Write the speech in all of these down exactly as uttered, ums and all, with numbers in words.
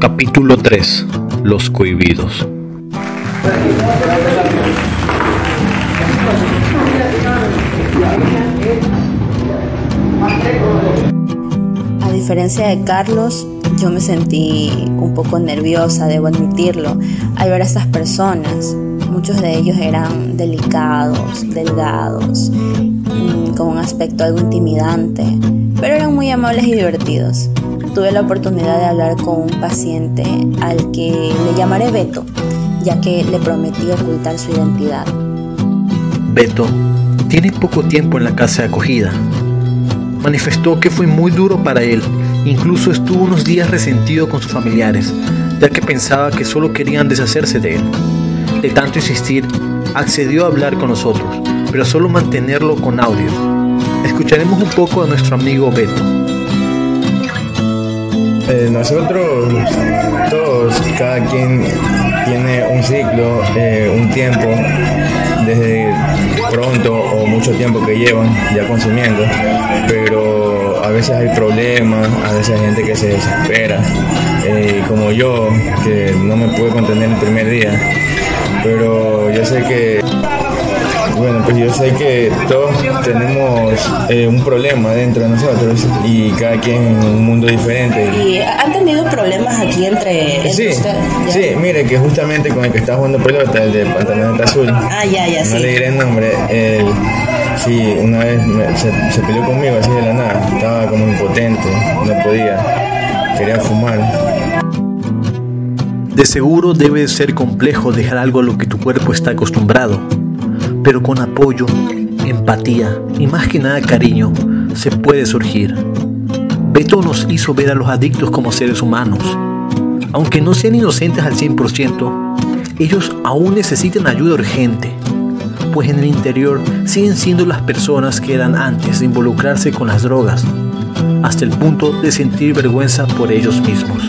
Capítulo tres. Los cohibidos. A diferencia de Carlos, yo me sentí un poco nerviosa, debo admitirlo, al ver a estas personas. Muchos de ellos eran delicados, delgados, con un aspecto algo intimidante, pero eran muy amables y divertidos. Tuve la oportunidad de hablar con un paciente al que le llamaré Beto, ya que le prometí ocultar su identidad. Beto tiene poco tiempo en la casa de acogida. Manifestó que fue muy duro para él, incluso estuvo unos días resentido con sus familiares, ya que pensaba que solo querían deshacerse de él. De tanto insistir, accedió a hablar con nosotros, pero solo mantenerlo con audio. Escucharemos un poco de nuestro amigo Beto. Eh, nosotros, todos, cada quien tiene un ciclo, eh, un tiempo, desde pronto o mucho tiempo que llevan ya consumiendo, pero a veces hay problemas, a veces hay gente que se desespera, eh, como yo, que no me pude contener el primer día, pero yo sé que Bueno, pues yo sé que todos tenemos eh, un problema dentro de nosotros y cada quien en un mundo diferente. ¿Y han tenido problemas aquí entre Sí, ustedes? sí, mire que justamente con el que está jugando pelota, el de pantaloneta azul, Ah, ya, ya, no sí. le diré el nombre, él, sí, una vez me- se, se peleó conmigo así de la nada, estaba como impotente, no podía, quería fumar. De seguro debe ser complejo dejar algo a lo que tu cuerpo está acostumbrado, pero con apoyo, empatía y más que nada cariño se puede surgir. Beto nos hizo ver a los adictos como seres humanos. Aunque no sean inocentes al cien por ciento, ellos aún necesitan ayuda urgente, pues en el interior siguen siendo las personas que eran antes de involucrarse con las drogas, hasta el punto de sentir vergüenza por ellos mismos.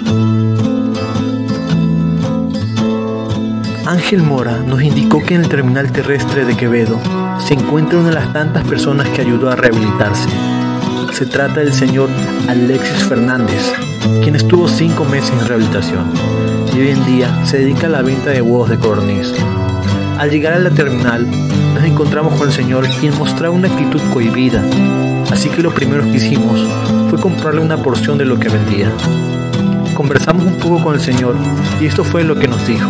Ángel Mora nos indicó que en el terminal terrestre de Quevedo se encuentra una de las tantas personas que ayudó a rehabilitarse. Se trata del señor Alexis Fernández, quien estuvo cinco meses en rehabilitación y hoy en día se dedica a la venta de huevos de codorniz. Al llegar a la terminal nos encontramos con el señor, quien mostraba una actitud cohibida, así que lo primero que hicimos fue comprarle una porción de lo que vendía. Conversamos un poco con el señor y esto fue lo que nos dijo.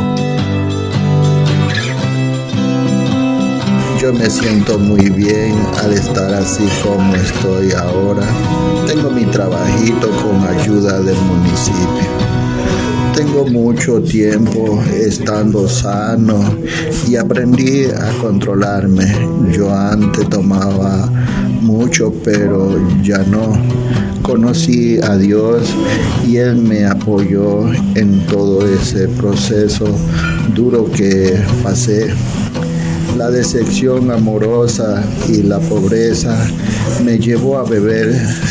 Yo me siento muy bien al estar así como estoy ahora. Tengo mi trabajito con ayuda del municipio. Tengo mucho tiempo estando sano y aprendí a controlarme. Yo antes tomaba mucho, pero ya no. Conocí a Dios y Él me apoyó en todo ese proceso duro que pasé. La decepción amorosa y la pobreza me llevó a beber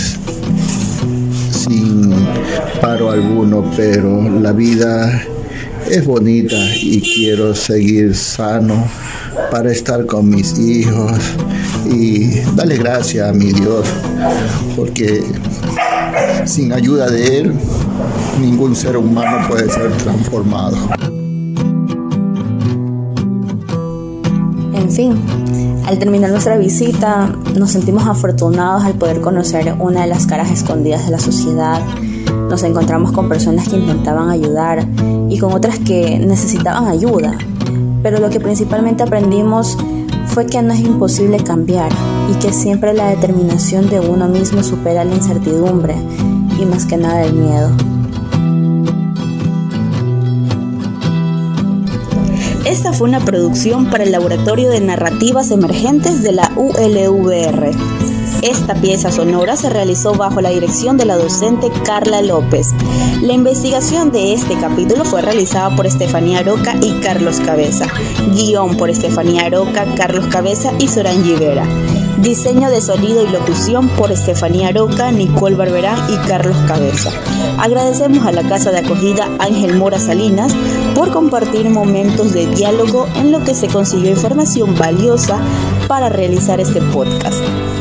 sin paro alguno, pero la vida es bonita y quiero seguir sano para estar con mis hijos y darle gracias a mi Dios, porque sin ayuda de Él, ningún ser humano puede ser transformado. En fin, al terminar nuestra visita, nos sentimos afortunados al poder conocer una de las caras escondidas de la sociedad. Nos encontramos con personas que intentaban ayudar y con otras que necesitaban ayuda. Pero lo que principalmente aprendimos fue que no es imposible cambiar y que siempre la determinación de uno mismo supera la incertidumbre y más que nada el miedo. Esta fue una producción para el Laboratorio de Narrativas Emergentes de la U L V R. Esta pieza sonora se realizó bajo la dirección de la docente Carla López. La investigación de este capítulo fue realizada por Estefanía Aroca y Carlos Cabeza. Guión por Estefanía Aroca, Carlos Cabeza y Sorangi Vera. Diseño de sonido y locución por Estefanía Aroca, Nicole Barberán y Carlos Cabeza. Agradecemos a la Casa de Acogida Ángel Mora Salinas por compartir momentos de diálogo en lo que se consiguió información valiosa para realizar este podcast.